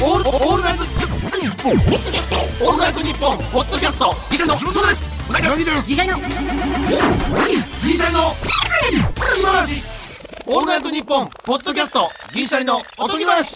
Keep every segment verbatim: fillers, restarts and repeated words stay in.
オールオールナイトニッポンオールナイトニッポンポッドキャストギシャリのそうですうなぎですギシャリのギシャリの今話オールナイトニッポンポッドキャストギシャリのおとぎ話。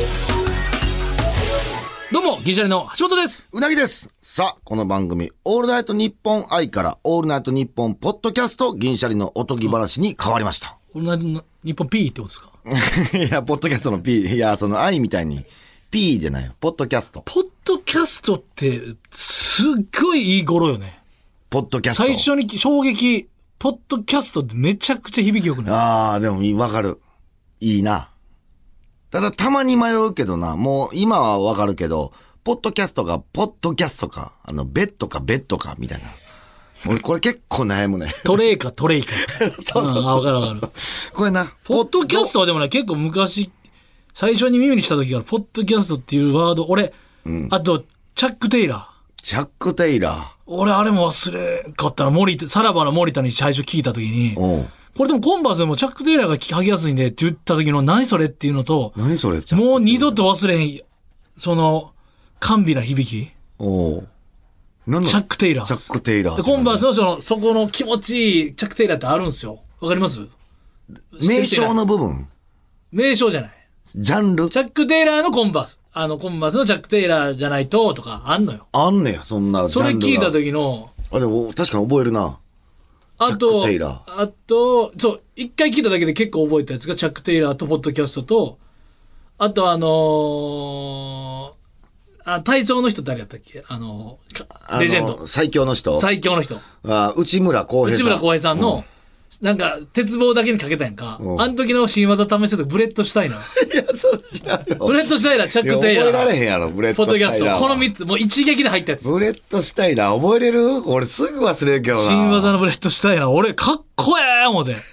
どうもギシャリの橋本です。 うなぎです。さあこの番組オールナイトニッポン愛からオールナイトニッポンポッドキャスト銀シャリのおとぎ話に変わりました。 オールナイトニッポン P ってことですか？ いやポッドキャストの P、 いやその愛みたいに P じゃないよ、ポッドキャスト。 ポッドキャストってすっごいいい語呂よね。 ポッドキャスト最初に衝撃、ポッドキャストってめちゃくちゃ響きよくない？ ああでもわかる、いいな。ただたまに迷うけどな、もう今はわかるけどポッドキャストがポッドキャストかあのベッドかベッドかみたいな、俺これ結構悩むね。 トレイかトレイか。 そうそうそう、うん、 あ、わかるわかる。 これなポッドキャストはでもね結構昔最初に耳にした時からポッドキャストっていうワード、俺、うん、あとチャック・テイラーチャック・テイラー俺あれも忘れかったら森田さらばの森田に最初聞いた時に、これでもコンバースでもチャック・テイラーが履きやすいんでって言った時の何それっていうのと、 何それもう二度と忘れへんその甘美な響き。 おなんチャック・テイラーチャック・テイラーコンバースのそのそこの気持ちいいチャック・テイラーってあるんですよ。わかります？ 名称の部分？ 名称じゃない、 ジャンル？ チャック・テイラーのコンバース、あのコンバースのチャック・テイラーじゃないととかあんのよ。 あんねや、そんなジャンルが。 それ聞いた時のあ、でも確かに覚えるな。 あと、 チャック・テイラー。 あと、そう、一回聞いただけで結構覚えたやつがチャック・テイラーとポッドキャストと、あとあのー、あ、体操の人誰やったっけ？あのー、レジェンド。 最強の人。 最強の人。 あ、内村航平さん。 内村航平さんの、うん、なんか、鉄棒だけにかけたやんか。うん、あの時の新技試した時ブレッドしたいな。いや、 そう知らんよ。 ブレッドしたいな、チャック・テイラー。 覚えられへんやろ、ブレッドしたいな。 ポッドキャスト。このみっつ、もう一撃で入ったやつ。 ブレッドしたいな、覚えれる？俺すぐ忘れるけどな。 新技のブレッドしたいな。俺、かっこええ思て。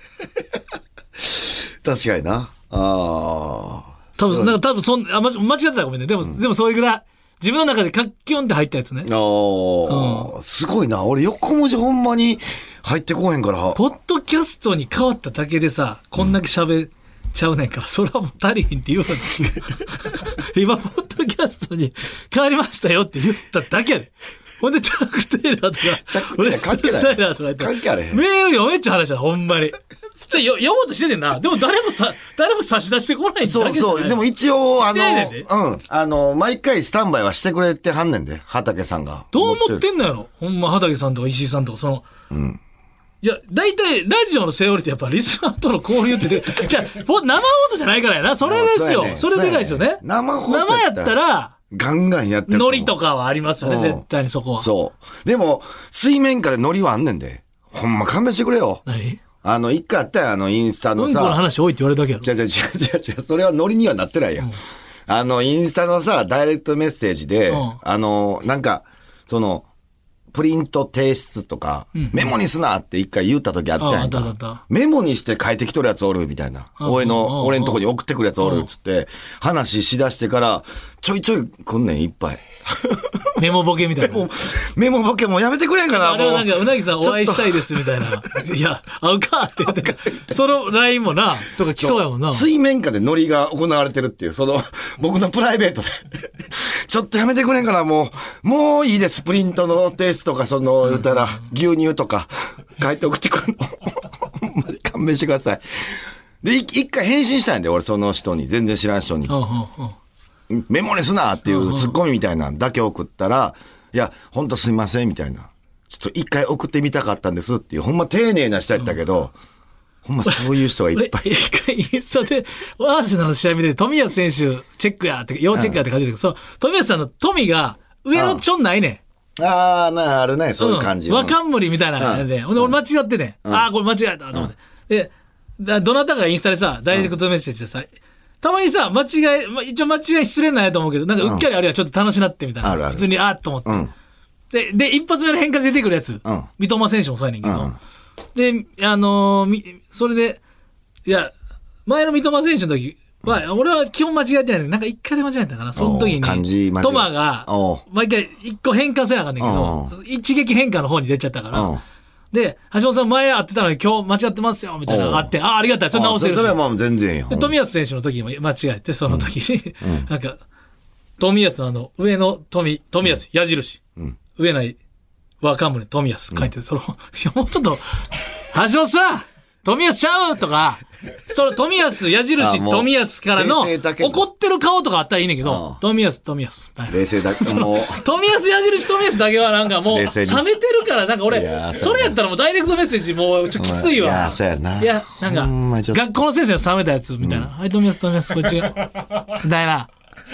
確かにな。ああ。 多分、なんか多分そん、あ、間違ってたらごめんね。でも、うん、でもそれぐらい。自分の中でカッキョンって入ったやつね。 ああ、うん、すごいな。俺横文字ほんまに入ってこへんから。 ポッドキャストに変わっただけでさ、こんだけ喋っちゃうねんから、それはもう足りひんって言うのですよ。今、ポッドキャストに変わりましたよって言っただけやで。ほんで、チャック・テイラーとか、 チャック・テイラー関係ない。 テイラーとか言って、 関係あれへん。 メール読めっちゃ話だ、ほんまに。じゃ読もうとしてんねんな。でも誰もさ、誰も差し出してこないんだけど。 そうそう。でも一応、あの、うん。あの、毎回スタンバイはしてくれてはんねんで、畑さんが。 どう思ってんのやろほんま、畑さんとか石井さんとか、その、うん。いや、大体、ラジオのセオリーってやっぱリスナーとの交流って、じゃあ、生放送じゃないからやな。それですよ。そ, ね、それでかいですよね。ね生放送生やったら、 ガンガンやってる。 ノリとかはありますよね、うん、絶対にそこは。 そう。でも、水面下でノリはあんねんで。ほんま勘弁してくれよ。 何？ あの、一回あったよ、あの、インスタのさ。 うんこの話多いって言われるだけやろ。 違う違う違う違う、それはノリにはなってないやん。うん、あの、インスタのさ、ダイレクトメッセージで、うん、あの、なんか、その、プリント提出とか、うん、メモにすなって一回言った時あったやんか。ああったあった。メモにして書いてきとるやつおるみたいな。俺の、俺のとこに送ってくるやつおるっつって、話しだしてから、ちょいちょい来んねん、いっぱい。 メモボケみたいな。 メモボケもうやめてくれんかな、もう。 あれはなんか、うなぎさんお会いしたいですみたいな。いや、会うかって言って。その ライン もな、とか来そうやもんな。 水面下でノリが行われてるっていう、その、僕のプライベートで。ちょっとやめてくれんかな、もう。もういいです。プリントのテストとか、その、言ったら、牛乳とか、書いて送ってくるの。ほんまに勘弁してください。で、一回返信したんで、俺その人に。全然知らん人に。メモにすなっていうツッコミみたいなだけ送ったら、いや、ほんとすみませんみたいな。ちょっと一回送ってみたかったんですっていう、ほんま丁寧な人やったけど、ほんまそういう人がいっぱい。 一回インスタで、アーセナルの試合見て、富安選手チェックやって、要チェックやって書いてるけど、そう、富安さんの富が上のちょんないねん。ああ、なあるね、そういう感じ。 うん、若んむりみたいな感じで。ほんで、俺間違ってね、うん、ああ、これ間違えたと思って。うん、で、どなたかインスタでさ、ダイレクトメッセージでさ、たまにさ、間違い、まあ、一応間違い失礼なんやと思うけど、なんかうっかりあるいはちょっと楽しなってみたいな。うん、普通に、あーっと思って、うん。で、で、一発目の変化で出てくるやつ。うん、三笘選手もそうやねんけど。うん、で、あのー、み、それで、いや、前の三笘選手の時は、俺は基本間違えてないのに、なんか一回で間違えたかな。その時に、トマが、毎回一個変化せなあかんねんけど、一撃変化の方に出ちゃったから、で、橋本さん前会ってたのに今日間違ってますよみたいなのがあって、ああ、ありがたい、それ直せるし。 それはまあ全然よ。 富安選手の時も間違えて、その時に、うん、なんか、 富安のあの、上の富、富安、矢印。うん、上ない、若宗富安書いてる。うん、その、いや、もうちょっと、橋本さん富安ちゃうとか、その富安、矢印富安からの怒ってる顔とかあったらいいねんけど、富安、富安。 冷静だけもう。 富安、矢印富安だけはなんかもう、冷めてるから、なんか俺、それやったらもうダイレクトメッセージもうちょっときついわ。 いや、そうやな。 いや、なんか、学校の先生の冷めたやつみたいな。うん、はい、富安、富安、こっちが。みたいな。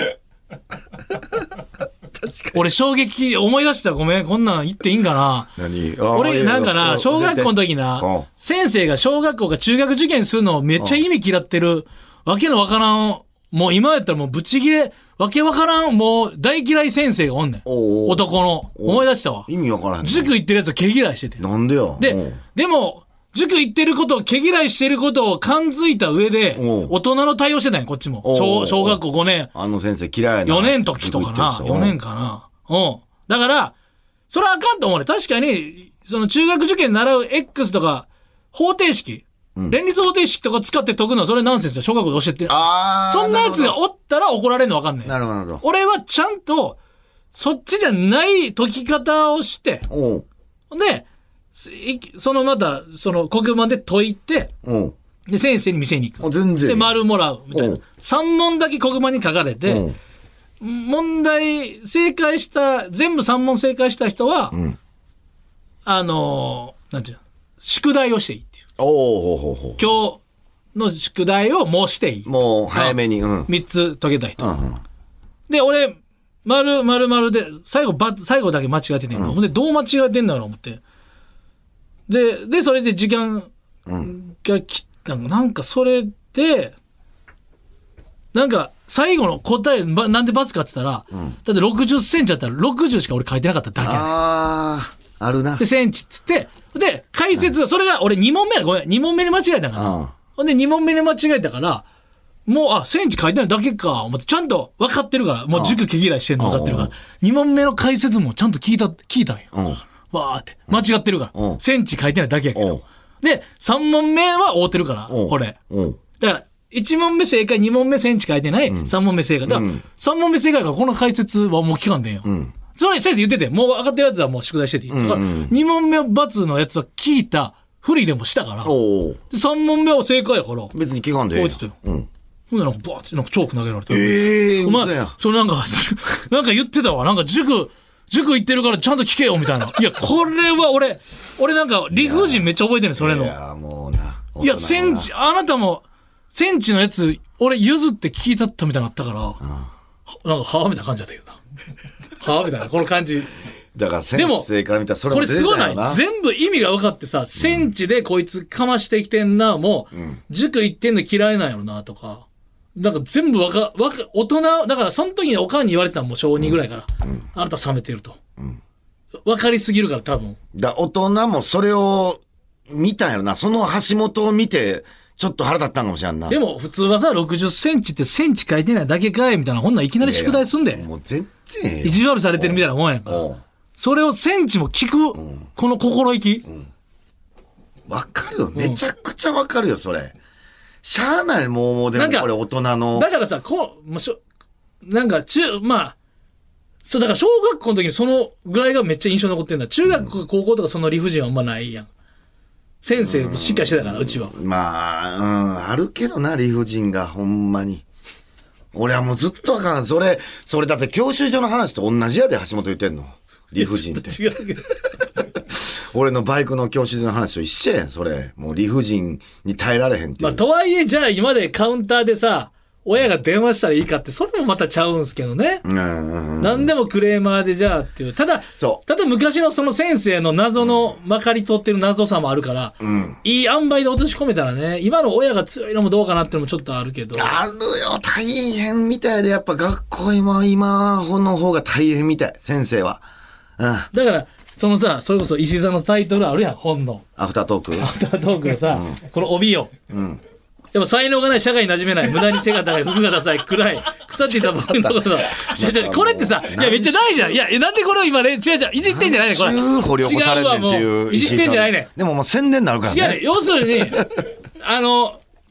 俺衝撃思い出したごめんこんなん言っていいんかな。 何俺なんかな小学校の時な先生が小学校か中学受験するのをめっちゃ意味嫌ってるわけのわからんもう今やったらもうブチギレわけわからんもう大嫌い先生がおんねんお男の思い出したわ。 意味わからん、ね、 塾行ってるやつを毛嫌いしててなんでよ。 ででも塾行ってることを毛嫌いしてることを感づいた上で大人の対応してたんやこっちも 小, 小学校ごねんあの先生嫌いなよねん時とかなよねんかなうんだからそれはあかんと思うね。確かにその中学受験習う X とか方程式、うん、連立方程式とか使って解くのはそれナンセンスだ小学校で教えてあそんなやつがおったら怒られるの分かんない。 なるほど。 俺はちゃんとそっちじゃない解き方をしてでそのまたその黒板で解いてで先生に見せに行く全然で丸もらうみたいなさん問だけ黒板に書かれて問題正解した全部さん問正解した人は、うん、あのなんていうの宿題をしていいっていうおほほほ今日の宿題をもうしていいもう早めに、うん、 みっつ解けた人、うん、で俺丸丸丸で最後ば最後だけ間違えててんの、うん、でどう間違えてんだろう思ってで、で、それで時間が来たの、うん、なんかそれで、なんか最後の答え、なんで×かって言ったら、うん、だってろくじゅっセンチだったらろくじゅうしか俺書いてなかっただけやねん。 ああ、あるな。 で、センチっつって、で、解説、うん、それが俺に問目やごめん、に問目に間違えたから。ほんでに問目に間違えたから、もう、あ、センチ書いてないだけか、思ってちゃんと分かってるから、もう塾毛嫌いしてんの分かってるから、に問目の解説もちゃんと聞いた、聞いたんや。うんわーって間違ってるから、うん、センチ書いてないだけやけどでさん問目は合うてるから俺だからいち問目正解に問目センチ書いてない、うん、さん問目正解だから、うん、さん問目正解からこの解説はもう聞かんでんよ、うん、それ先生言っててもう分かってるやつはもう宿題してていい、うんうん、だからに問目×のやつは聞いたふりでもしたからさん問目は正解やから別に聞かんでええやん覚えてたよ、うんほんでなんかバーってなんかチョーク投げられてええー、 お前それなんかなんか言ってたわなんか塾塾行ってるからちゃんと聞けよみたいな。いや、これは俺、俺なんか理不尽めっちゃ覚えてるねそれの。 いや、もうな。 いや、センチ、あなたも、センチのやつ、俺譲って聞いたったみたいなのあったから、うん、なんか、はぁみたいな感じだったけどな。はぁみたいな、この感じ。 だから先生から見たらそれも出てたよな。 これすごない全部意味が分かってさ、センチでこいつかましてきてんな、もう、うん、塾行ってんの嫌いなんやろな、とか。なんか全部わか、わか、大人、だからその時におかんに言われてたのも小にぐらいから、うん、あなた冷めてると。うん、分かりすぎるから多分。 だ大人もそれを見たんやろな。その橋本を見て、ちょっと腹立ったんかもしれんな。 でも普通はさ、ろくじゅっセンチってセンチ書いてないだけかいみたいな、ほんなんいきなり宿題すんで。いやいやもう全然意地悪されてるみたいなもんやんか。それをセンチも聞く、うん、この心意気。 わ、うん、かるよ。めちゃくちゃわかるよ、それ。しゃあない、もう、もうでもこれ大人の。 だからさ、こう、もうしょ、なんか、中、まあ、そう、だから小学校の時にそのぐらいがめっちゃ印象に残ってんだ。中学、うん、高校とかその理不尽はあんまないやん。先生もしっかりしてたから、うちは。 まあ、うん、あるけどな、理不尽が、ほんまに。俺はもうずっとわからん。それ、それだって教習所の話と同じやで、橋本言ってんの。理不尽って。違うけど。俺のバイクの教習所の話と一緒やん、それ。もう理不尽に耐えられへんっていう。 まあ、とはいえ、じゃあ今までカウンターでさ、親が電話したらいいかって、それもまたちゃうんすけどね。うんうんうん。何でもクレーマーでじゃあっていう。ただ、そうただ昔のその先生の謎のまかり通ってる謎さもあるから、うん、いい塩梅で落とし込めたらね、今の親が強いのもどうかなってのもちょっとあるけど。 あるよ、大変みたいで、やっぱ学校今、今の方が大変みたい、先生は。うん。 だから、そのさ、それこそ石井さんのタイトルあるやん、本の。 アフタートークアフタートークのさ、うん、この帯を。うん。やっぱ才能がない、社会に馴染めない、無駄に背が高い、服がダサい、暗い、腐っていた僕のこと。これってさ、いや、めっちゃ大事じゃん。いや、なんでこれを今ね、違う違う、いじってんじゃないねん、これ。 掘り起こされてんっていう。 いじってんじゃないねん。 でももう宣伝になるからね。 違うね。要するに、あの、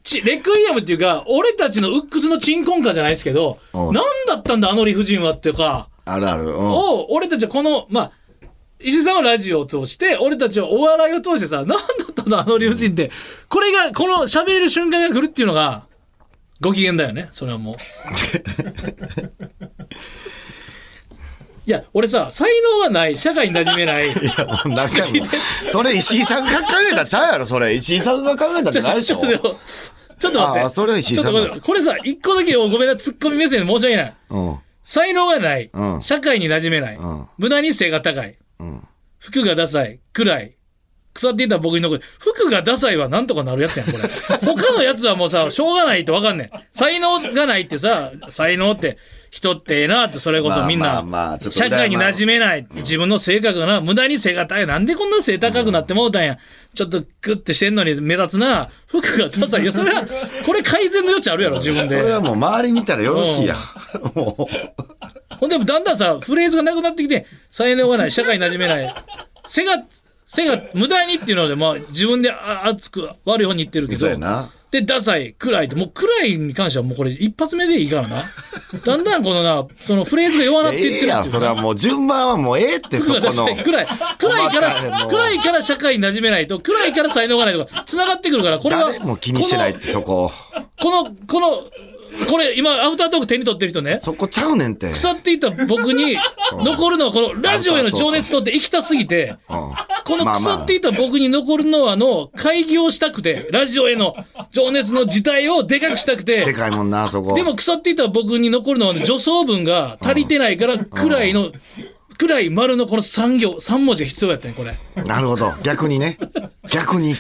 ちレクイエムっていうか、俺たちの鬱屈の鎮魂歌じゃないですけど、何だったんだあの理不尽はっていうか、 あるある。うん、 を、俺たちはこの、まあ、石井さんはラジオを通して、俺たちはお笑いを通してさ、何だったんだあの理不尽って、これが、この喋れる瞬間が来るっていうのが、ご機嫌だよね、それはもう。いや、俺さ、才能がない、社会に馴染めない。いや、もうなんかそれ石井さんが考えたんちゃうやろ、それ。石井さんが考えたんじゃないでしょ。ちょっと、ちょっと待って。あ、それは石井さんだ。これさ、一個だけごめんな、ツッコミ目線で申し訳ない。うん、才能がない、うん、社会に馴染めない、うん、無駄に背が高い、うん、服がダサい、暗い、腐っていた僕に残る。服がダサいはなんとかなるやつやん、これ。他のやつはもうさ、しょうがないってわかんねん。才能がないってさ、才能って、人ってええなって、それこそみんな、社会に馴染めない。自分の性格がな、無駄に背が高い。なんでこんな背高くなってもうたんや。ちょっとグッてしてんのに目立つな。服がダサい。いや、それは、これ改善の余地あるやろ、自分で。 それはもう周り見たらよろしいや。もう。ほんでもだんだんさ、フレーズがなくなってきて、才能がない、社会に馴染めない。背が、背が無駄にっていうので、まあ自分で熱く悪い方に言ってるけど。 そうやな。 で、ダサい、暗いって、もう暗いに関してはもうこれ一発目でいいからな。だんだんこのな、そのフレーズが弱なっていってるっていう。いや、 それはもう順番はもうええって、そこの。 暗い。暗いから、暗いから社会に馴染めないと、暗いから才能がないとか、繋がってくるから、これは。 誰も気にしてないって、そこ。 この、この、これ今アフタートーク手に取ってる人ね、 そこちゃうねんって。 腐っていた僕に残るのはこのラジオへの情熱とって行きたすぎて、この腐っていた僕に残るのはの開業したくて、ラジオへの情熱の自体をでかくしたくて、 でかいもんな、そこ。 でも腐っていた僕に残るのは助走文が足りてないから、暗いの、暗い丸のこのさん行、さん文字が必要やったね、これ。 なるほど。逆にね。逆に。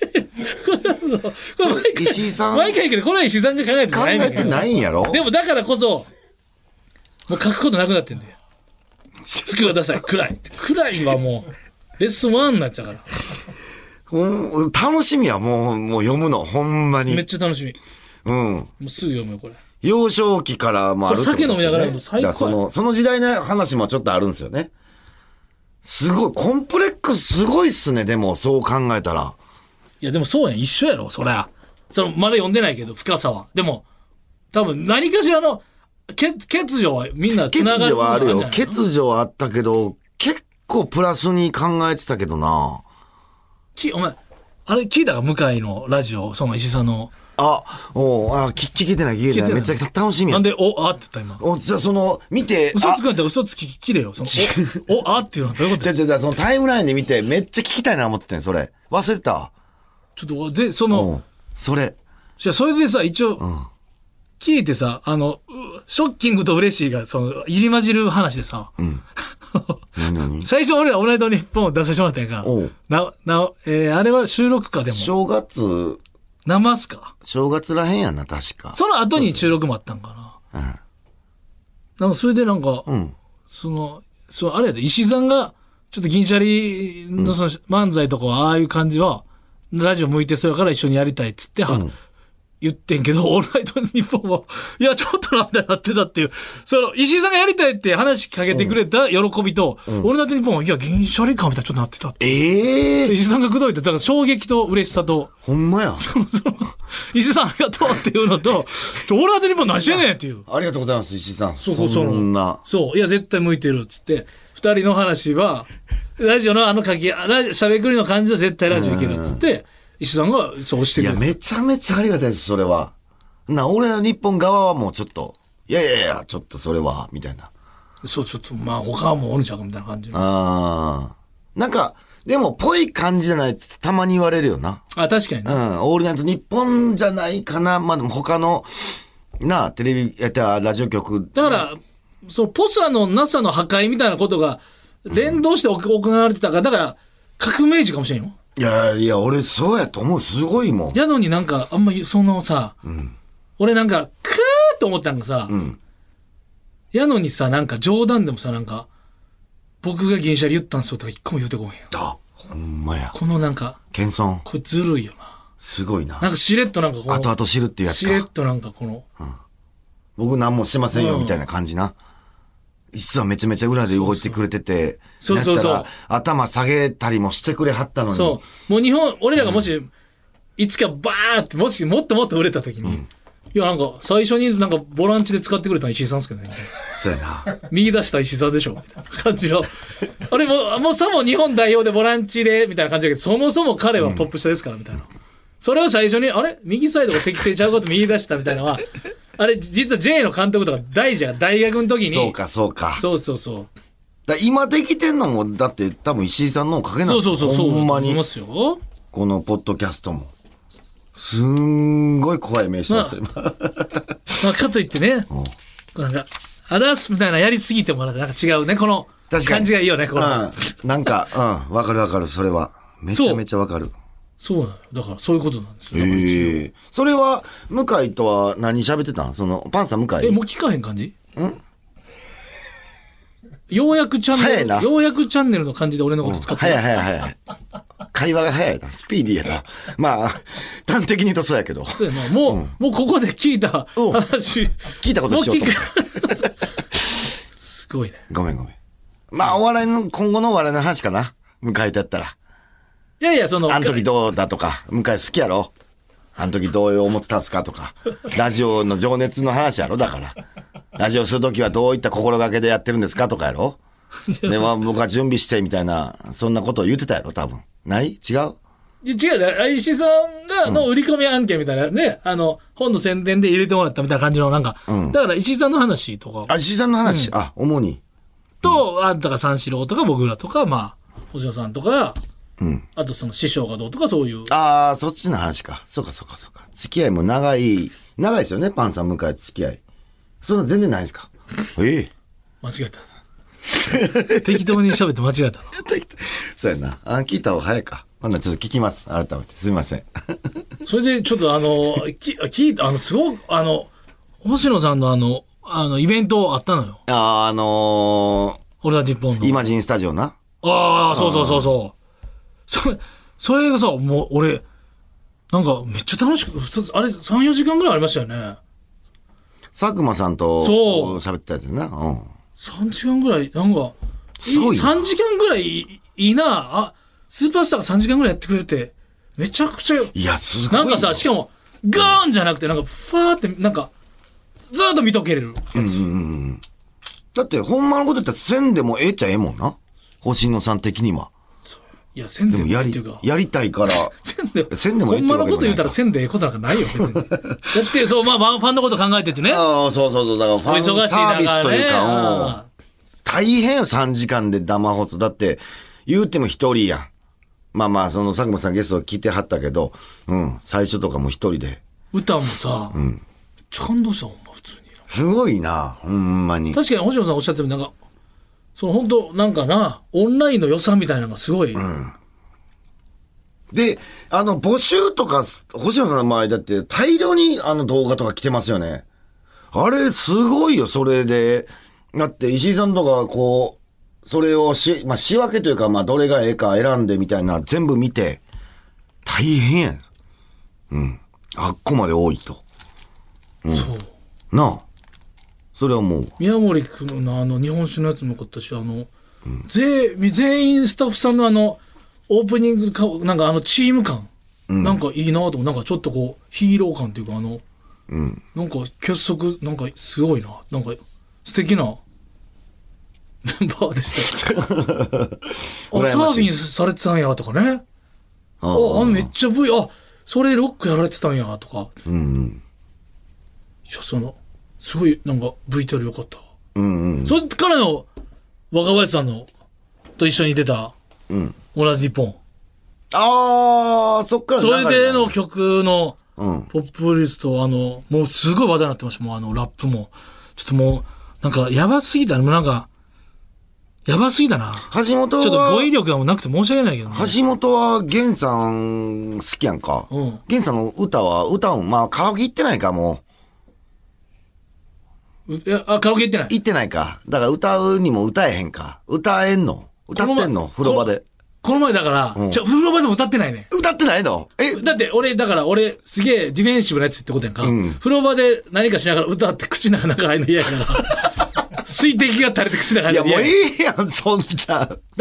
そう石井さん毎回言うけど、これは石井さんが考えてないんだ考えてないんやろ。 でもだからこそもう書くことなくなってんだよ。服がダサい、暗い暗いはもうレッスンワンになっちゃうから。 うん、楽しみやもうもう読むのほんまにめっちゃ楽しみ。 うん、 もうすぐ読むよこれ。 幼少期からもあるってことですよね。 酒飲みながら最高。 そのその時代の話もちょっとあるんですよね。すごいコンプレックスすごいっすね。でもそう考えたら。 いやでもそうやん、一緒やろそりゃ。そのまだ読んでないけど深さは。でも多分何かしらの欠如はみんなつながる。欠如はあるよ。欠如はあったけど結構プラスに考えてたけどな。 きお前あれ聞いたか向井のラジオ、その石井さんの。 あ、おあ聞聞けてない聞けてない。めっちゃ楽しみや。 なんでおあって言った今。 おじゃあその見て嘘つくんって嘘つききれよ。そのおおあっていうのはどういうこと？ じゃじゃじゃそのタイムラインで見てめっちゃ聞きたいな思ってたんそれ。忘れてた。 ちょっとでそのそれじゃそれでさ一応、うん、聞いてさあのショッキングと嬉しいがその入り混じる話でさ、うん、何何最初俺らオールナイトニッポンを出させてもらったんやんか。なな、えー、あれは収録かでも正月生っすか正月らへんやんな確か。 その後に収録もあったんかな。うん、なんかそれでなんか、うん、そのそうあれやで石井さんがちょっと銀シャリのその漫才とかああいう感じはラジオ向いてそうやから一緒にやりたいっつっては、うん、言ってんけど、オールナイトニッポンは、いや、ちょっとなんだよなってたっていう、その、石井さんがやりたいって話しかけてくれた喜びと、うん、オールナイトニッポンは、いや、銀シャリ感みたいなちょっとなってたって。 ええー。 石井さんが口説いて、だから衝撃と嬉しさと。 ほんまや。 その、その、石井さんありがとうっていうのと、オールナイトニッポン何してんねんっていう。 ありがとうございます、石井さん。 そうそうそう。 そんな。 そう、いや、絶対向いてるっつって、二人の話は、ラジオのあの書き、ラジオ、喋くりの感じは絶対ラジオいけるっつって、石井さんがそう押してくれる。 いや、めちゃめちゃありがたいです、それは。な、俺の日本側はもうちょっと、いやいやいや、ちょっとそれは、みたいな。 そう、ちょっと、まあ、他はもうおるんちゃうかみたいな感じ。 ああ。なんか、でも、ぽい感じじゃないってたまに言われるよな。 あ、確かにね。 うん。オールナイト日本じゃないかな。まあ、でも他の、なあ、テレビ、やったラジオ局。 だから、その、ポサの ナサ の破壊みたいなことが、連動して行われてたから、だから、革命児かもしれんよ。 いやいや、俺そうやと思う。すごいもん。 やのになんか、あんまりそのさ、うん、俺なんか、クーッと思ったのがさ、うん、やのにさ、なんか冗談でもさ、なんか、僕が銀シャリ言ったんすよとか一個も言うてこへんやん。 あ、ほんまや。 このなんか、 謙遜。 これずるいよな。 すごいな。 なんかしれっとなんかこの、 後々知るっていうやつか。 しれっとなんかこの、うん、 僕何もしませんよみたいな感じな。実はめちゃめちゃ裏で動いてくれてて、 そうそうそう。 頭下げたりもしてくれはったのに。 そう。もう日本、俺らがもし、うん、 いつかバーってもしもっともっと売れた時に、うん、いやなんか最初になんかボランチで使ってくれたの石井さんですけどね。 そうやな。 右出した石井さんでしょみたいな感じの。あれももうさも日本代表でボランチでみたいな感じだけど、そもそも彼はトップ下ですからみたいな。うん、それを最初にあれ右サイドが適正ちゃうこと右出したみたいなのは。あれ実は J の監督とか大事が大学の時に。 そうかそうか。 そうそうそう。 だ今できてんのもだって多分石井さんのおかげなんですよ。 そうそうそうそう。 ほんまに。 ますよ。 このポッドキャストもすんごい怖い名してますよ。 まあ、まあ、かといってね、なんかアダースみたいなやりすぎてもなんか違うねこの感じがいいよね。このうん、なんかうんわかるわかるそれはめちゃめちゃわかる。 そうなのだからそういうことなんですよ。 えー、それは向井とは何喋ってたん？そのパンサー向井。 えもう聞かへん感じ？ ん？ ようやくチャンネルようやくチャンネルの感じで俺のこと使ってる。 早い早い早い。会話が早いな。スピーディーやな。まあ端的に言うとそうやけど。 そうやな。もう、うん、もうここで聞いた話聞いたことしようと思ってすごいね。 ごめんごめん。まあお笑いの今後のお笑いの話かな。向井とやったら。 いやいやそのあの時どうだとか向井好きやろ。あの時どう思ってたんですかとか。ラジオの情熱の話やろだから。ラジオするときはどういった心がけでやってるんですかとかやろ。で、まあ、僕は準備してみたいなそんなことを言ってたやろ多分。ない違う違うね。石井さんがの売り込み案件みたいなね、うん、あの本の宣伝で入れてもらったみたいな感じのなんか、うん、だから石井さんの話とかあ石井さんの話、うん、あ主にと、うん、あんたが三四郎とか僕らとかまあ星野さんとか、うん、あとその師匠がどうとかそういうああそっちの話かそうかそうかそうか付き合いも長い長いですよねパンさん向井付き合いそんな全然ないですかええ間違えた適当に喋って間違えたのそうやなあ聞いた方が早いかほんならちょっと聞きます改めてすみませんそれでちょっとあのき聞いたあのすごくあの星野さんのあのあのイベントあったのよああのー、 オールナイトニッポンのイマジンスタジオなああそうそうそうそうそれそれがさもう俺なんかめっちゃ楽しくあれさんよじかんぐらいありましたよね佐久間さんと喋ってたやつな、うん、 さんじかんぐらいなんかすごいさんじかんぐらいいいなあスーパースターがさんじかんぐらいやってくれてめちゃくちゃいやすごいなんかさしかもガーンじゃなくてなんかファーってなんかずーっと見とけれるやつ、うんうんうん、 だってほんまのこと言ったらせんでもええっちゃええもんな星野さん的にはいやせんでもやりやりたいからせんでもせんでもええってほんまのこと言うたらせんでええことなんかないよ別にだってそうまあファンのこと考えててねああそうそうそうだからファンサービスというか大変よさんじかんで生放送だって言うても一人やんまあまあその佐久間さんゲスト来てはったけどうん最初とかも一人で歌もさ、うん、ちゃんとしたほんま普通にすごいなほんまに確かに星野さんおっしゃってるなんかその本当なんかなオンラインの良さみたいなのがすごい、うん、 であの募集とか星野さんの前だって大量にあの動画とか来てますよねあれすごいよそれでだって石井さんとかこうそれをし、まあ、仕分けというかまあどれがええか選んでみたいな全部見て大変やんうんあっこまで多いと、うん、そうなあそれはもう宮森君のあの日本酒のやつもよかったしあの、うん、全, 全員スタッフさんのあのオープニングかなんかあのチーム感、うん、なんかいいなと思うなんかちょっとこうヒーロー感っていうかあの、うん、なんか結束なんかすごいななんか素敵なメンバーでしたあサーフィンされてたんやとかねああめっちゃ V あそれロックやられてたんやとか、うん、いやそのすごいなんか ブイティーアール よかった、うんうん、それからの若林さんのと一緒に出た、うん、同じ日本あーそっからそれでの曲のポップリストあのもうすごい話題になってましたもうあのラップもちょっともうなんかやばすぎたもうなんかやばすぎだな橋本はちょっと語彙力がもうなくて申し訳ないけど、ね、 橋本は源さん好きやんか、うん、源さんの歌は歌うまあカラオケ行ってないかもういやあカラオケ行ってない行ってないかだから歌うにも歌えへんか歌えんの歌ってんの風呂場でこの前だから、うん、ちょ風呂場でも歌ってないね歌ってないのえだって俺だから俺すげえディフェンシブなやつってことやんか、うん、風呂場で何かしながら歌って口の中入るの嫌やから水滴が垂れて口の中入るの嫌やいやもういいやんそんなだか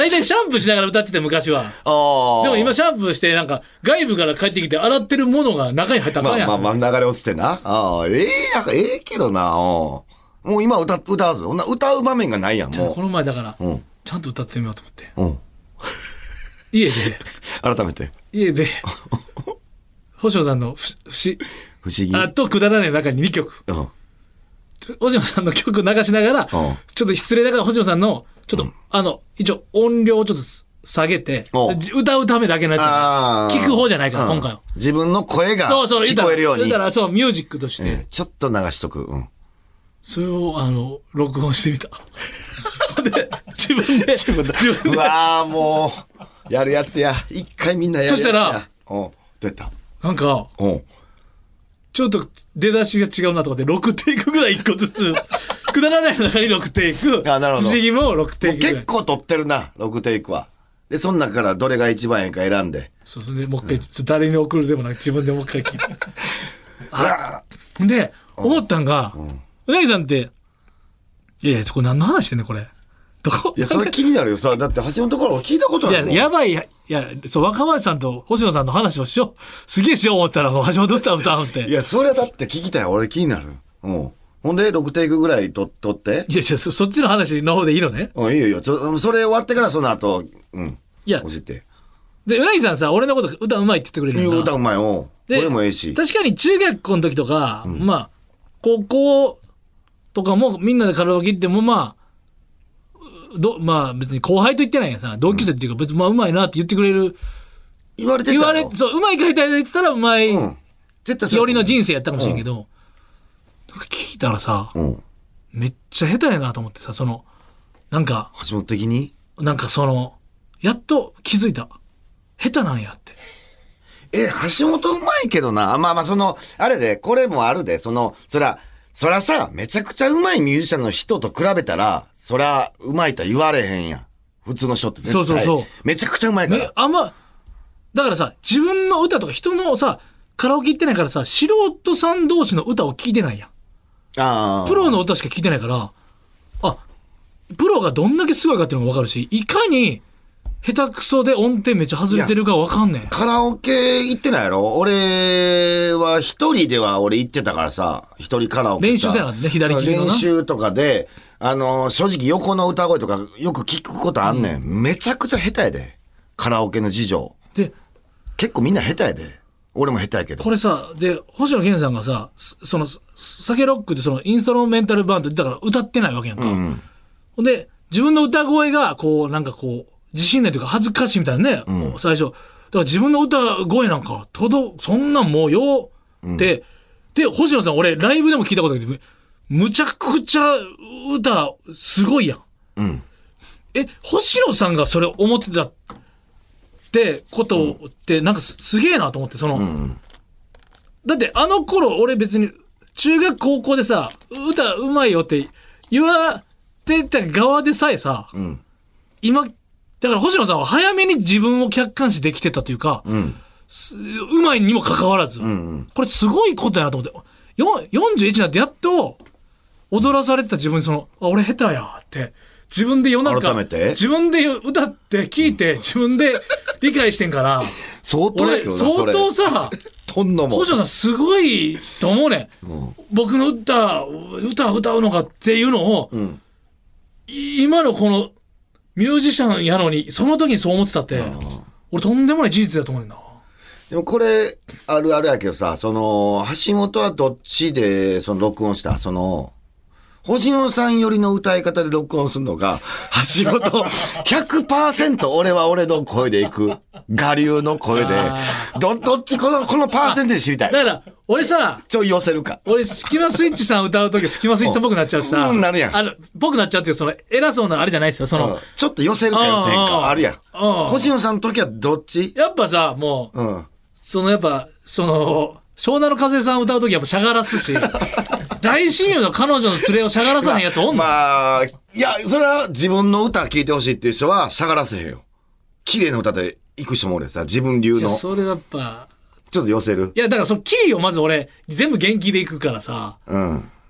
大体シャンプーしながら歌ってて昔は。 あでも今シャンプーしてなんか外部から帰ってきて洗ってるものが中に入ったらあかんやん。 まあまあまあ流れ落ちてな。ああ、ええやん、ええけどな。もう今歌、歌わず。そんな歌う場面がないやん、もう。 この前だから、 うん、 ちゃんと歌ってみようと思って。 うん。 家で。 改めて。 家で。星野さんのふ、不思、 不思議。 あとくだらない中ににきょく。うん。星野さんの曲流しながら、うん、ちょっと失礼だから星野さんの、ちょっと、うん、あの、一応音量をちょっと下げて、歌うためだけのやつ。聞く方じゃないから、うん、今回は。 自分の声が聞こえるように。 だからそう、ミュージックとして。えー、 ちょっと流しとく。うん。 それを、あの、録音してみた。で、自分で、自分で。自分でうわぁ、もう、やるやつや。一回みんなやるやつや。 そしたら、 うん。どうやったなんか、うん。ちょっと出だしが違うなとかでろくテイクぐらいいっこずつくだらない中にろくテイクあ、なるほど。 不思議もろくテイクぐらい結構撮ってるなろくテイクは。でその中からどれが一番ええか選んでそうそれでもう一回、うん、誰に送るでもなく自分でもう一回聞いてあで思ったんがうなぎさんっていやいやそこ何の話してんねんこれどこいやそれ気になるよさだって橋本から聞いたことないいややばいいやそう若林さんと星野さんの話をしようすげえしよう思ったらもう橋本歌う歌うっていやそれはだって聞きたい俺気になるうんほんでろくテイクぐらいと撮っていやいや そ, そっちの話の方でいいのねうんいいよいいよそ, それ終わってからその後うんいや教えてでうなぎさんさ俺のこと歌うまいって言ってくれるんだ歌うまいおこれもええし確かに中学校の時とか、うん、まあ高校とかもみんなでカラオケ行ってもまあどまあ別に後輩と言ってないやさ同級生っていうか別にまあうまいなって言ってくれる言われてた言われそううまい書いてあってたらうまい、うん、 絶対よりの人生やったかもしれんけど、うん、聞いたらさ、うん、めっちゃ下手やなと思ってさそのなんか橋本的になんかそのやっと気づいた下手なんやってえ橋本うまいけどなまあまあそのあれでこれもあるでそのそらそらさめちゃくちゃうまいミュージシャンの人と比べたらそりゃうまいとは言われへんやん普通の人って絶対そうそうそうめちゃくちゃうまいから、 ね、あんまだからさ自分の歌とか人のさカラオケ行ってないからさ素人さん同士の歌を聴いてないやんあプロの歌しか聴いてないからあプロがどんだけすごいかっていうのが分かるしいかに下手くそで音程めっちゃ外れてるか分かんねんカラオケ行ってないやろ俺は一人では俺行ってたからさ一人カラオケ練習せなかったね左利きのな練習とかであの正直横の歌声とかよく聞くことあんねん、うん、めちゃくちゃ下手やでカラオケの事情で結構みんな下手やで俺も下手やけどこれさで星野源さんがさその酒ロックってそのインストロメンタルバンドだから歌ってないわけやんか、うんうん、で自分の歌声がこうなんかこう自信ないというか恥ずかしいみたいなね、うん、最初だから自分の歌声なんか届そんなんもうよって、うん、で星野さん俺ライブでも聞いたことあるけどむちゃくちゃ歌すごいやん、うん、え星野さんがそれ思ってたってことってなんか す, すげえなと思ってその、うん、だってあの頃俺別に中学高校でさ歌うまいよって言われてた側でさえさ、うん、今だから星野さんは早めに自分を客観視できてたというか、うん、うまいにもかかわらず、うんうん、これすごいことやなと思ってよんじゅういちになってやっと踊らされてた自分にそのあ俺下手やって自分で夜中改めて自分で歌って聞いて自分で理解してんから相当やけどな相当さとんのも星野さんすごいと思うね、うん、僕の歌歌歌うのかっていうのを、うん、今のこのミュージシャンやのにその時にそう思ってたって俺とんでもない事実だと思うんだ。 でもこれあるあるやけどさその橋本はどっちでその録音したその星野さんよりの歌い方で録音するのが橋本 ひゃくパーセント 俺は俺の声でいく我流の声で ど, どっちこのこのパーセントで知りたい。 だから俺さちょい寄せるか俺スキマスイッチさん歌うときスキマスイッチさんっぽくなっちゃうしさうんなるやんあの僕なっちゃうっていうその偉そうなあれじゃないですよその、 うん、ちょっと寄せるか寄せんかあるやん星野さんの時はどっちやっぱさもう、うん、そのやっぱその湘南の風さん歌うときやっぱしゃがらすし大親友の彼女の連れをしゃがらさへんやつおんの、 まあ、まあいやそれは自分の歌聴いてほしいっていう人はしゃがらせへんよ綺麗な歌で行く人もおるやつさ自分流のいやそれやっぱちょっと寄せるいやだからそのキーをまず俺全部元気でいくからさうん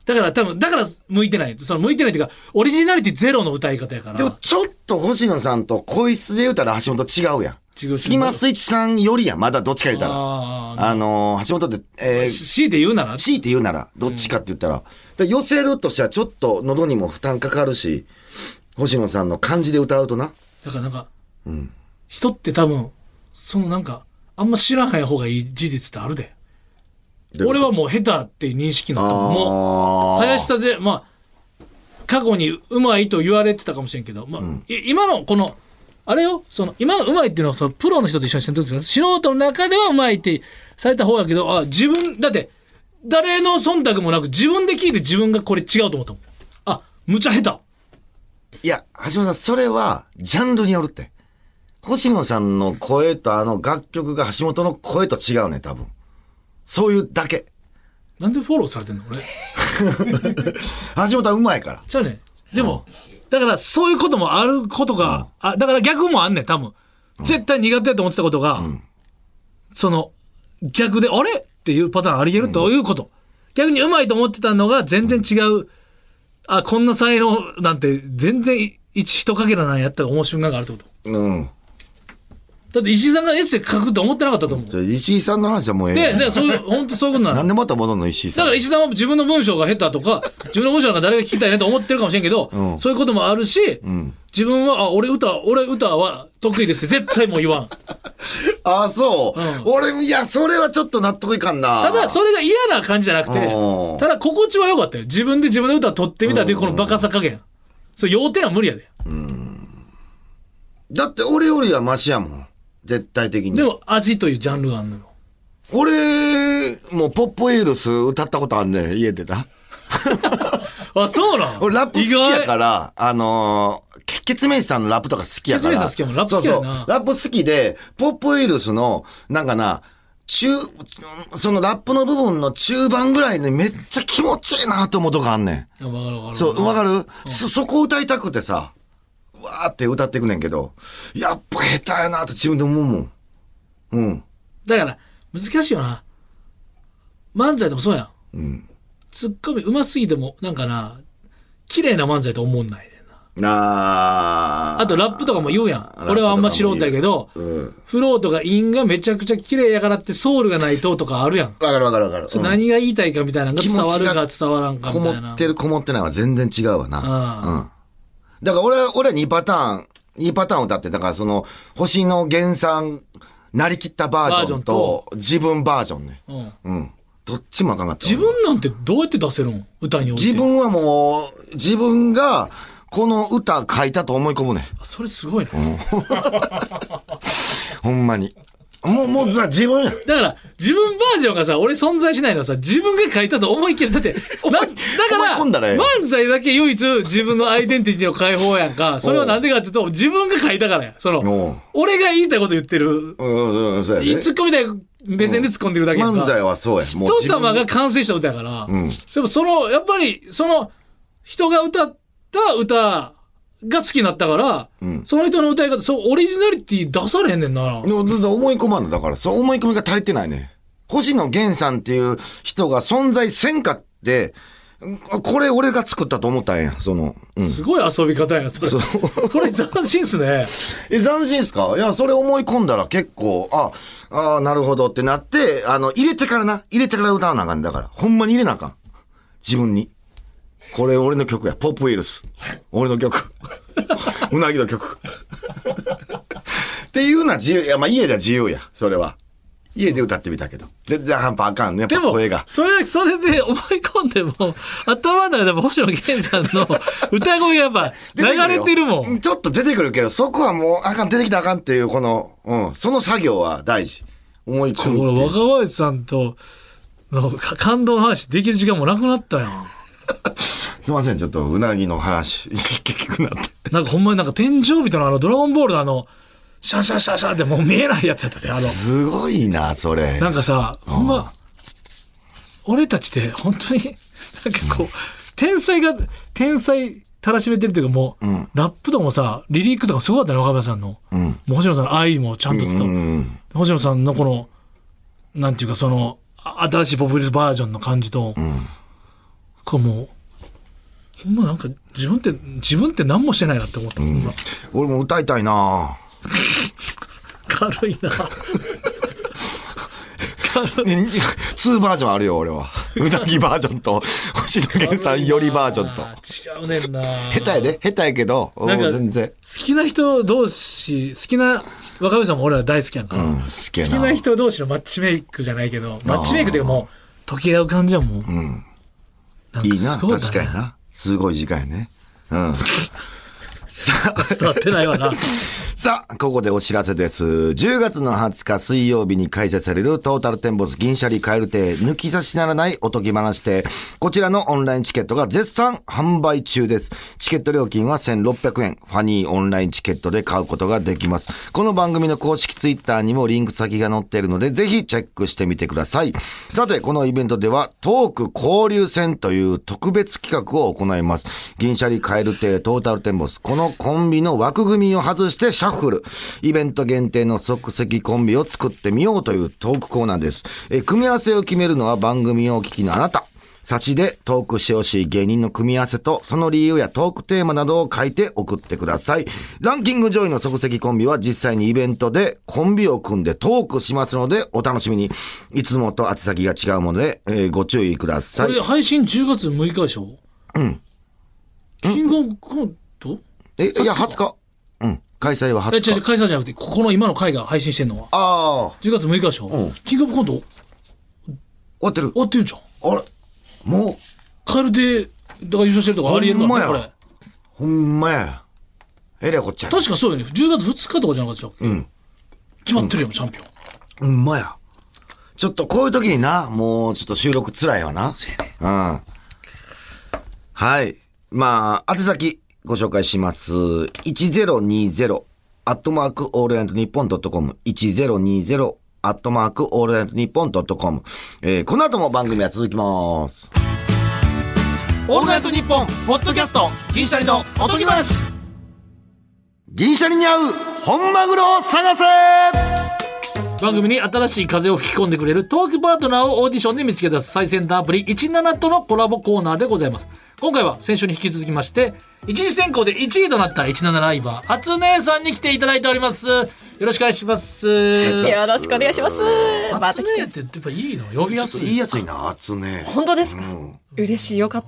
だから多分、だから向いてない。その向いてないっていうか、オリジナリティゼロの歌い方やから。 でもちょっと星野さんと声質で言うたら橋本違うやん。 違う。 スキマスイッチさんよりやん、まだどっちか言うたら。 ああのー、橋本って、えー、 強いて言うなら強いて言うなら、どっちかって言ったら。うん、寄せるとしたらちょっと喉にも負担かかるし、星野さんの感じで歌うとな。 だからなんか、うん、人って多分、そのなんか、あんま知らない方がいい事実ってあるで。俺はもう下手って認識になったもん。もう、林田で、まあ、過去にうまいと言われてたかもしれんけど、まあ、うん、今のこの、あれよ、その、今のうまいっていうのは、その、プロの人と一緒にしてるんですよ。素人の中ではうまいってされた方やけど、あ、自分、だって、誰の忖度もなく自分で聞いて自分がこれ違うと思ったもん。あ、むちゃ下手。 いや、橋本さん、それは、ジャンルによるって。星野さんの声とあの楽曲が橋本の声と違うね、多分。そういうだけ。 なんでフォローされてんの俺。 橋本はうまいから。 じゃあね。でも、うん、だからそういうこともあることが、うん、あ、だから逆もあんねん、多分。うん、絶対苦手だと思ってたことが、うん、その、逆で、あれっていうパターンあり得るということ。うん、逆にうまいと思ってたのが全然違う。あ、こんな才能なんて全然一一かけらなんやったら思う瞬間があるってこと。うん。だって石井さんがエッセイ書くと思ってなかったと思う。 石井さんの話はもうええで、で、そういう、本当そういうことなの。 なんでまた戻るの石井さん。 だから石井さんは自分の文章が下手とか、自分の文章なんか誰が聞きたいねと思ってるかもしれんけど、うん、そういうこともあるし、うん、自分は、あ、俺歌、俺歌は得意ですって絶対もう言わん。 ああ、そう、うん。俺、いや、それはちょっと納得いかんな。 ただ、それが嫌な感じじゃなくて、ただ、心地は良かったよ。自分で自分の歌を取ってみたというこのバカさ加減。それ、要点は無理やで。うん。 だって、俺よりはマシやもん。絶対的に。 でも味というジャンルがあるのよ。 俺もうポップエールス歌ったことあんねん、家でな。 あ、そうなん。 俺ラップ好きやから、あのー、ケツメイシさんのラップとか好きやから。 ケツメイシさん好きやもん、ラップ好きやな。そうそう。 ラップ好きで、ポップエールスの、なんかな、中、そのラップの部分の中盤ぐらいにめっちゃ気持ちいいなと思うとこあんねん。 わかるわかる。 そう、わかる、うん、そ、そこ歌いたくてさ。わーって歌っていくねんけど、やっぱ下手やなって自分で思うもん。うん。 だから、難しいよな。漫才でもそうやん。うん。ツッコミ上手すぎても、なんかな、綺麗な漫才と思んないねんな。あー。あとラップとかも言うやん。俺はあんま素人やけど、うん、フローとか韻がめちゃくちゃ綺麗やからってソウルがないととかあるやん。 わかるわかるわかる。 それ何が言いたいかみたいなのが伝わるか伝わらんかみたいな。 こもってるこもってないは全然違うわな。うん。だから俺は、俺はにパターン、にパターン歌って、だからその、星野源さん、なりきったバージョンと、自分バージョンね。うん。うん。どっちもあかんかった。 自分なんてどうやって出せるん？歌において。 自分はもう、自分が、この歌書いたと思い込むね。 それすごいね。うん、 ほんまに。もう、もう、自分や。 だから、自分バージョンがさ、俺存在しないのはさ、自分が書いたと思い切る。だって、な、だから、漫才だけ唯一自分のアイデンティティの解放やんか。それはなんでかっていうと、自分が書いたからや。その、俺が言いたいこと言ってる。うん、うん、そうやね。突っ込みたい目線で突っ込んでるだけやんか。 漫才はそうや。 もう人様が完成した歌やから。うん。でもその、やっぱり、その、人が歌った歌、が好きになったから、うん、その人の歌い方、そう、オリジナリティ出されへんねんな。 思い込まんのだから、そう思い込みが足りてないね。星野源さんっていう人が存在せんかって、これ俺が作ったと思ったんや、その。 うん、すごい遊び方やな、それ。そこれ斬新っすね。 え、斬新っすか？いや、それ思い込んだら結構、あ、ああ、なるほどってなって、あの、入れてからな、入れてから歌わなあかんだから。ほんまに入れなあかん。自分に。これ俺の曲や。ポップウィルス。俺の曲。うなぎの曲。っていうのは自由。いや、まあ家では自由や。それは。家で歌ってみたけど。全然半端あかんね。やっぱ声が。 それ、それで思い込んでも、頭の中でも星野源さんの歌声がやっぱ流れてるもん。 ちょっと出てくるけど、そこはもうあかん、出てきたらあかんっていう、この、うん。その作業は大事。思い込み。 これ若林さんとの感動の話できる時間もなくなったやん。 すいません、ちょっとうなぎの話、結局なって。 なんかほんまになんか天井人のあのドラゴンボールのあの、シャシャシャシャってもう見えないやつやったで、あの。 すごいな、それ。 なんかさ、ほんま、俺たちって本当に、なんかこう、うん、天才が、天才たらしめてるというかもう、うん、ラップとかもさ、リリックとかすごかったね、若林さんの。うん、もう星野さんの愛もちゃんと伝わる、うんうん。星野さんのこの、なんていうかその、新しいポップリスバージョンの感じと、うん、 かもうほんまなんか自分って自分って何もしてないなって思った、うん、 俺も歌いたいな軽いなツーバージョンあるよ俺は。うなぎバージョンと星野源さんよりバージョンと。 違うねんな。 下手やで下手やけど全然好きな人同士好きな若林さんも俺ら大好きやんか、うん、好きやな。好きな人同士のマッチメイクじゃないけどマッチメイクっていうかもう溶け合う感じはもう、うん、 なんかいいな確かになすごい時間やね。うんさあ伝わってないわな。 さあ、ここでお知らせです。じゅうがつのはつか水曜日に開催されるトータルテンボス銀シャリカエル亭抜き差しならないおとぎ話亭。こちらのオンラインチケットが絶賛販売中です。チケット料金はせんろっぴゃくえん。ファニーオンラインチケットで買うことができます。この番組の公式ツイッターにもリンク先が載っているので、ぜひチェックしてみてください。さて、このイベントではトーク交流戦という特別企画を行います。銀シャリカエル亭トータルテンボス。このコンビの枠組みを外してシャッフル。イベント限定の即席コンビを作ってみようというトークコーナーです。え、組み合わせを決めるのは番組をお聞きのあなた。差しでトークしてほしい芸人の組み合わせとその理由やトークテーマなどを書いて送ってください。ランキング上位の即席コンビは実際にイベントでコンビを組んでトークしますのでお楽しみに。いつもと宛先が違うもので、えー、ご注意ください。 これ配信じゅうがつむいかでしょ。うん。キングオブコント？ え、いやはつか。うん。開催ははつか。 え、違う、開催じゃなくて、ここの今の回が配信してんのは。ああ。じゅうがつむいかでしょ。うん。キングオブコント終わってる。 終わってるじゃん。 あれもう。 カエルで、だから優勝してるとかありえるからね、これ。 ほんまや。えらいこっちゃ。 確かそうよね。じゅうがつふつかとかじゃなかったっけ？うん。決まってるよ、うん、チャンピオン。 ほんまや。ちょっとこういう時にな、もうちょっと収録辛いわな。 そうやね。 うん。はい。まあ、宛先。ご紹介します。いちぜろにぜろアットマークオールナイトニッポンドットコム いちぜろにぜろアットマークオールナイトニッポンドットコム、えー、この後も番組は続きます。 オールナイトニッポンポッドキャスト銀シャリのおとぎ話。 銀シャリに合う本マグロを探せ。 番組に新しい風を吹き込んでくれるトークパートナーをオーディションで見つけ出す最先端アプリいちななとのコラボコーナーでございます。今回は先週に引き続きまして一次選考でいちいとなったいちななライバーあつねさんに来ていただいております。よろしくお願いします。 よろしくお願いします。 あつねってやっぱいいの呼びやすい。 いいやついなあつね。 本当ですか、うん、嬉しいよかった。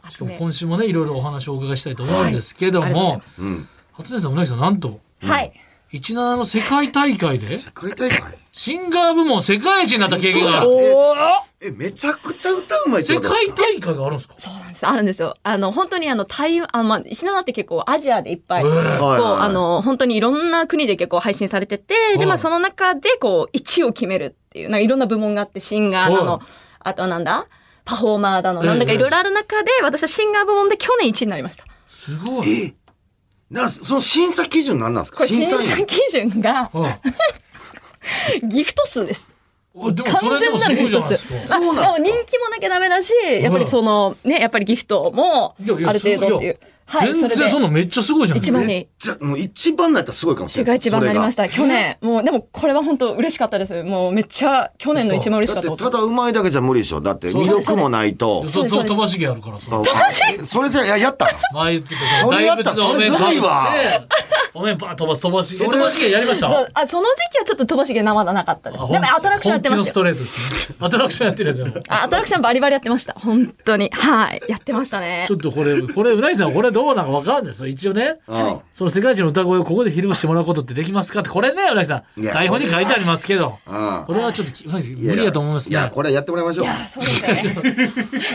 しかも今週もねいろいろお話をお伺いしたいと思うんですけども、あつねさんうなぎさんなんと、 はい、 いちななの世界大会で世界大会シンガー部門世界一になった経験がある。 え、めちゃくちゃ歌うまいってことですか？世界大会があるんですか？ そうなんです。あるんですよ。あの、本当にあの、台湾、あの、まあ、いちななって結構アジアでいっぱい、こう、あの、本当にいろんな国で結構配信されてて、で、まあ、その中でこう、いちいを決めるっていう、なんかいろんな部門があって、シンガーなの、あとはなんだパフォーマーだの、なんだかいろいろある中で、私はシンガー部門で去年いちいになりました。 すごい。 えなその審査基準何なんですか？ これ審査基準が、ギフト数です。 でもそれでもすごいじゃないですか。 そうなんですか。でも人気もなきゃダメだし、やっぱりその、ね、やっぱりギフトも、ある程度っていう。 はい、全然そのめっちゃすごいじゃん。 一番に。 めっちゃ、もう一番になったらすごいかもしれない。 世界一番になりました。去年。もう、でもこれは本当嬉しかったです。もうめっちゃ、去年の一番嬉しかった。 だってただうまいだけじゃ無理でしょ。だって魅力もないと。 そうそう、飛ばし芸あるから。飛ばし芸それじゃ、や、やった。 前言ってた。それやった。それずるいわ。 お面バー飛ばす、飛ばし芸。飛ばし芸やりました？ あ、その時期はちょっと飛ばし芸まだなかったです。でもアトラクションやってました。 ストレートですね。アトラクションやってるよ、でも。 アトラクションバリバリやってました。本当に。はい。やってましたね。 ちょっとこれ、これ、うなぎさん、これどうなんかわかんないですよ。一応ね。その世界一の歌声をここで披露してもらうことってできますかって、これね、うなぎさん。台本に書いてありますけど。これはちょっと、無理やと思いますね。 いや、これやってもらいましょう。 いや、そうですね。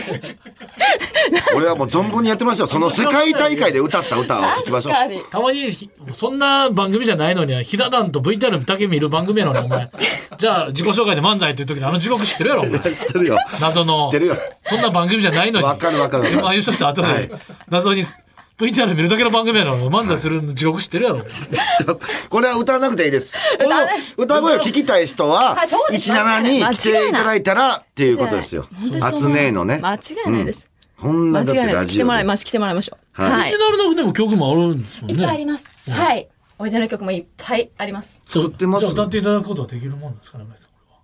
俺はもう存分にやってましょう。その世界大会で歌った歌を聞きましょう。 たまに、そんな番組じゃないのに、ひだだんと ブイティーアール だけ見る番組やのに、お前。じゃあ、自己紹介で漫才っていう時にあの地獄知ってるやろ、お前。 知ってるよ。 謎の。 知ってるよ。 そんな番組じゃないのに。 わかるわかる。 エムワン優勝した後で、謎に ブイティーアール 見るだけの番組やのに、漫才する地獄知ってるやろ。 これは歌わなくていいです。この歌声を聞きたい人は、いちななに来ていただいたらっていうことですよ。あつねのね。 間違いないです。 こんなだってラジオで。 来てもらいましょう。来てもらいましょう。 オリジナルのでも曲もあるんですもんね。 いっぱいあります。はい。オリジナル曲もいっぱいあります。 そう、じゃあ歌っていただくことはできるもんですかね、皆さん、こ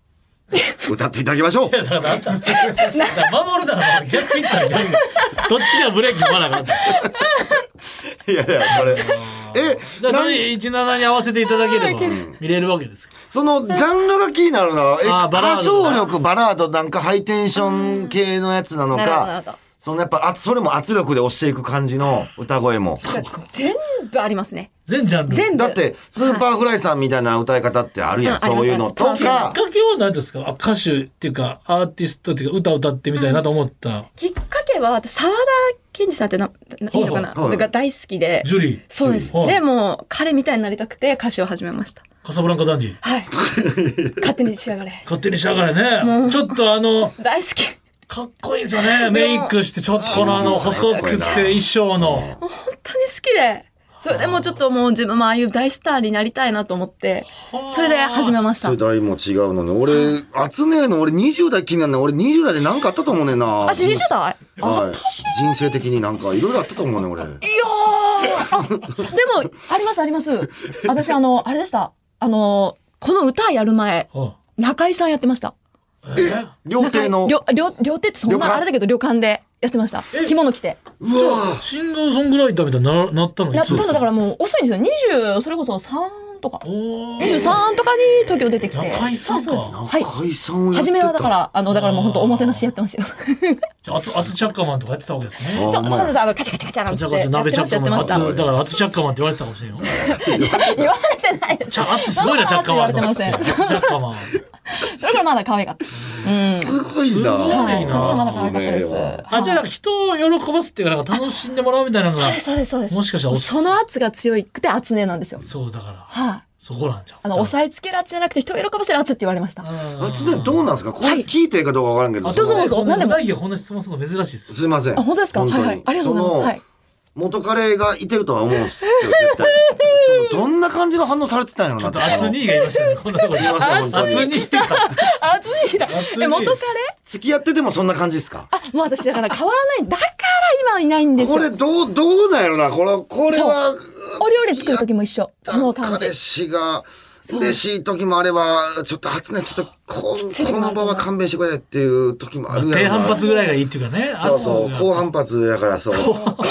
歌っていただきましょう。 だからあんただから守るなら逆に言ったら逆にどっちがブレーキ踏まなかった。 いやいやこれえだからそれじゅうななに合わせていただければ見れるわけですよ。 そのジャンルが気になるのはえあーバラード歌唱力バラードなんかハイテンション系のやつなのなるほどなかるほどそのやっぱあそれも圧力で押していく感じの歌声も全部ありますね。 全ジャンル。 全部。 だってスーパーフライさんみたいな歌い方ってあるやん、 はいそういうのとありかきっかけは何ですか？あ歌手っていうかアーティストっていうか歌歌ってみたいなと思った。 きっかけは、沢田研二さんってな、ないいのかな、 はいはいが大好きで。 ジュリー。 そうです。 はいでも、彼みたいになりたくて歌手を始めました。 カサブランカダンディ。 はい。勝手に仕上がれ。 勝手にしやがれね。ちょっとあの、 大好き。 かっこいいですよね。メイクして、ちょっとこのあの、細くして衣装の。 もう本当に好きで。それでもうちょっともう自分もああいう大スターになりたいなと思って、それで始めました。 世代も違うのに俺集めの俺にじゅう代気になるね俺にじゅう代で何かあったと思うねんなあ、にじゅう代はい私人生的になんかいろいろあったと思うね俺いやーあ、でも、ありますあります。私あの、あれでした。あの、この歌やる前、 は中井さんやってました。 え料亭の料料料亭ってそん旅館なあれだけど旅館でやってました。着物着て。 うじゃわあ、シンガーソングライターみたいにななったのいやったのつですか？ だからもう遅いんですよ。にじゅう、それこそさんとか。 おーにじゅうさんとかに東京出てきて。 中井さんかそうですそうですはい。 解散をやってた初めはだから、あの、だからもう本当おもてなしやってましたよ。 じゃあ、アツアツチャッカマンとかやってたわけですね。 あそう、そうです。あの、カチャカチャカチャなんてカチャカチャ鍋チャッカマン、 やってました。 アツだからアツチャッカマンって言われてたかもしれんよ。 言われてないです。 ちゃアツすごいなチャッカマンとかっつって。 言われてませんアツチャッカマン。 それからまだ可愛かった。うん。 すごいんだはい。それからまだな可愛かったです。 すごいわあ、じゃあなんか人を喜ばすっていうか、なんか楽しんでもらうみたいなのがそうです、そうです、そうです。 もしかしたらおすその圧が強くて圧ねなんですよ。 そうだから、 はい。 そこなんじゃん。 あの、押さえつける圧じゃなくて人を喜ばせる圧って言われました。 あつねどうなんですかこれ聞いていいかどうかわからんけどあどうぞどうぞこん何でもうなぎがこんな質問するの珍しいですよ。 すいませんあ、本当ですか？はい本当にはい。ありがとうございます。 そのはい。 元彼がいてるとは思うんですよ絶対そのどんな感じの反応されてたんやろなちょっと熱にがいましたね。こんなところに。 いますよ本当に熱にが。 熱いだ。 熱いえ、元彼付き合っててもそんな感じですかあ、もう私だから変わらない。だから今はいないんですよ。 これどうどうなんやろなこれこれはお料理作る時も一緒。この感じ彼。氏が嬉しい時もあればちょっと発熱ちょっとこつい時こもあるかなの場は勘弁してくれっていう時もあるやろな低反発ぐらいがいいっていうかね。 そうそう圧が高反発やからそう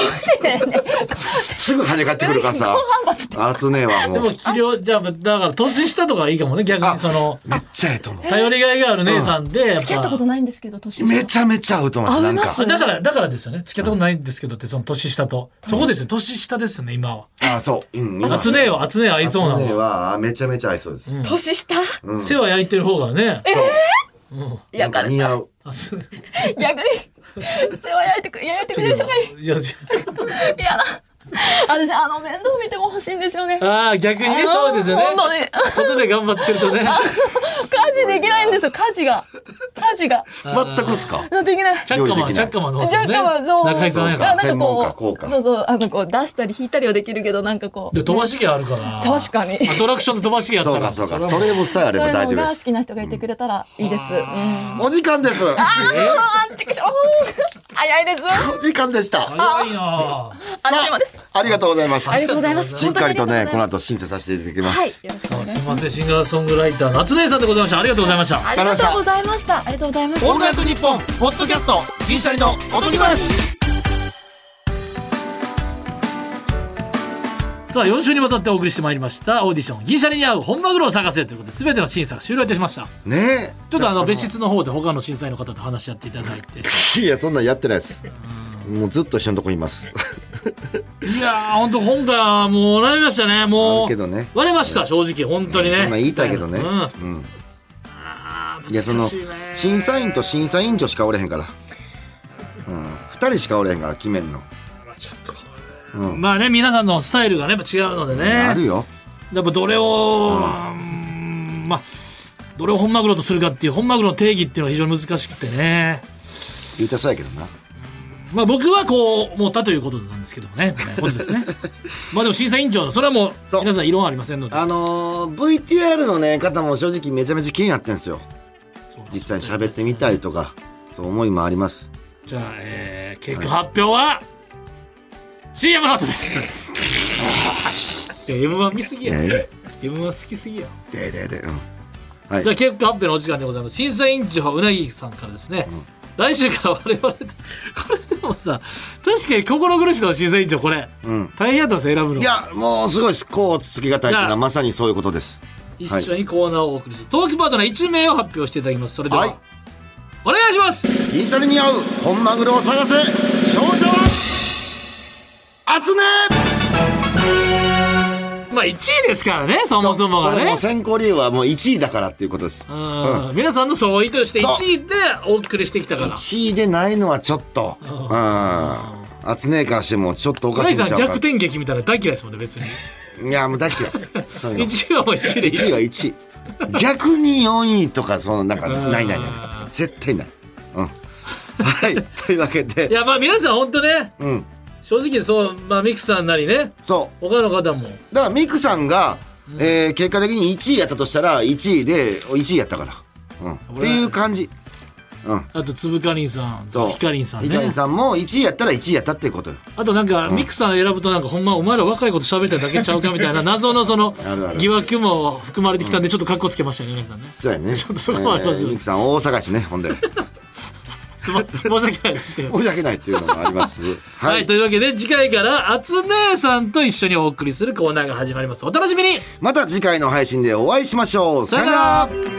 すぐ跳ね返ってくるからさ高反発って圧ねはもうでも、器量、じゃあ、だから、年下とかいいかもね、逆にその、 めっちゃええと思う頼りがいがある姉さんで、やっぱ付き合ったことないんですけど、年下。 めちゃめちゃ合うと思いますなんか合いますあだから、だからですよね。付き合ったことないんですけどって、その年下と。そこですよ。年下ですよね、今は。 あそううん今厚姉は、厚姉合いそうな厚ねの。 はめちゃめちゃ合いそうです年下世話焼いてる方がね。 なんか似合う厚逆に、世話焼いてく、焼いてくれる人がいい。 いや、 嫌だ。私、あの、面倒見ても欲しいんですよね。 ああ、逆にね、そうですよね。 本当に。 外で頑張ってるとね。 家事できないんですよ、家事が。家事が。 全くっすかできない。 チャッカマン、チャッカマンの方ですよね。 若干はそう。 中井さんやから。 いやなんか専門家こう、 こうかそうそう、あの、こう、出したり引いたりはできるけど、なんかこう。 で、飛ばし毛あるから。 確かに。 アトラクションで飛ばし毛やったら。 そうかそうかそれもさえあれそういうのば大丈夫ですが好きな人がいてくれたらいいです。うん。 お時間ですあー、ちくしょう。早いです。 お時間でした早いなあっちまです。 ありがとうございますありがとうございます。 しっかりとねこの後。 後審査させていただきまはい。 すよろしくお願いしすみません、シンガーソングライターの厚姉さんでございました。ありがとうございました。 ます。ありがとうございました。ありがとうございます。 オールナイトニッポンポッドキャスト銀シャリのおとぎ話。 さあ、よん週にわたってお送りしてまいりましたオーディション銀シャリに合う本マグロを探せということで全ての審査が終了いたしました。 ねちょっとあの別室の方で他の審査員の方と話し合っていただいてえいやそんなんやってないですもうずっと一緒のとこにいますいやー本当今回はもう悩みましたね。もうあるけどね割れました正直本当にね。 そんなん言いたいけどねうんうんあーいやその難しいね審査員と審査委員長しかおれへんからうんふたりしかおれへんから決めんのちょっとうんまあね皆さんのスタイルがねやっぱ違うのでねあるよやっぱどれを、うんまあどれを本マグロとするかっていう本マグロの定義っていうのは非常に難しくてね。 言うてそうやけどなまあ僕はこう思ったということなんですけどもね。ことですね。まあでも審査委員長のそれはもうそう皆さん異論はありませんので。 あのー、ブイティーアール のね方も正直めちゃめちゃ気になってるんですよそう実際に喋ってみたいとかそう思いもありますじゃあ、えー、結果発表は シーエム の後です。いや エムワン 見すぎや。 えエムワン 好きすぎや。 でででうんはい、 じゃあ結果発表のお時間でございます。審査委員長うなぎさんからですね、うん、来週から我々これでもさ確かに心苦しいの審査委員長これ、うん、大変やったんです選ぶの。 いやもうすごいです。こうつきがたいっていうのはまさにそういうことです。 一緒にコーナーをお送りする、はい、トークパートナーいち名を発表していただきます。それでは、はい、お願いします。 銀シャリに合う本マグロを探せ。勝者は厚根。 まあいちいですからね、そもそもがね。 これもう選考理由はもういちいだからっていうことです。 うん、皆さんの総意としていちいでお送りしてきたから。 いちいでないのはちょっと、うん、厚根からしてもちょっとおかしいんちゃうか。 逆転劇みたいな大嫌いですもんね別に。 いやもう大嫌い。 いちいはもういちいでいい。 いちいはいちい。逆によんいとかそのなんかないないない。絶対ない。うん。はい。というわけで。 いやまあ皆さん本当ね。うん。正直そう、まあ、ミクさんなりね、 そう他の方もだからミクさんが、うん、えー、結果的にいちいやったとしたらいちいでいちいやったから、うん、っていう感じ、うん、 あとつぶかりんさんひかりんさんね、 ひかりんさんもいちいやったらいちいやったっていうことよ。 あとなんか、うん、ミクさん選ぶとなんかほんまお前ら若いこと喋っただけちゃうかみたいな謎のその疑惑も含まれてきたんで、ちょっとカッコつけましたね皆さんね。 そうやね。 ちょっとそこもありますよ、 えー、ミクさん大阪市ねほんで申し訳ない申し訳ないっていうのもあります。 はい、はい、というわけで次回から厚姉さんと一緒にお送りするコーナーが始まります。お楽しみに。 また次回の配信でお会いしましょう。 さよなら。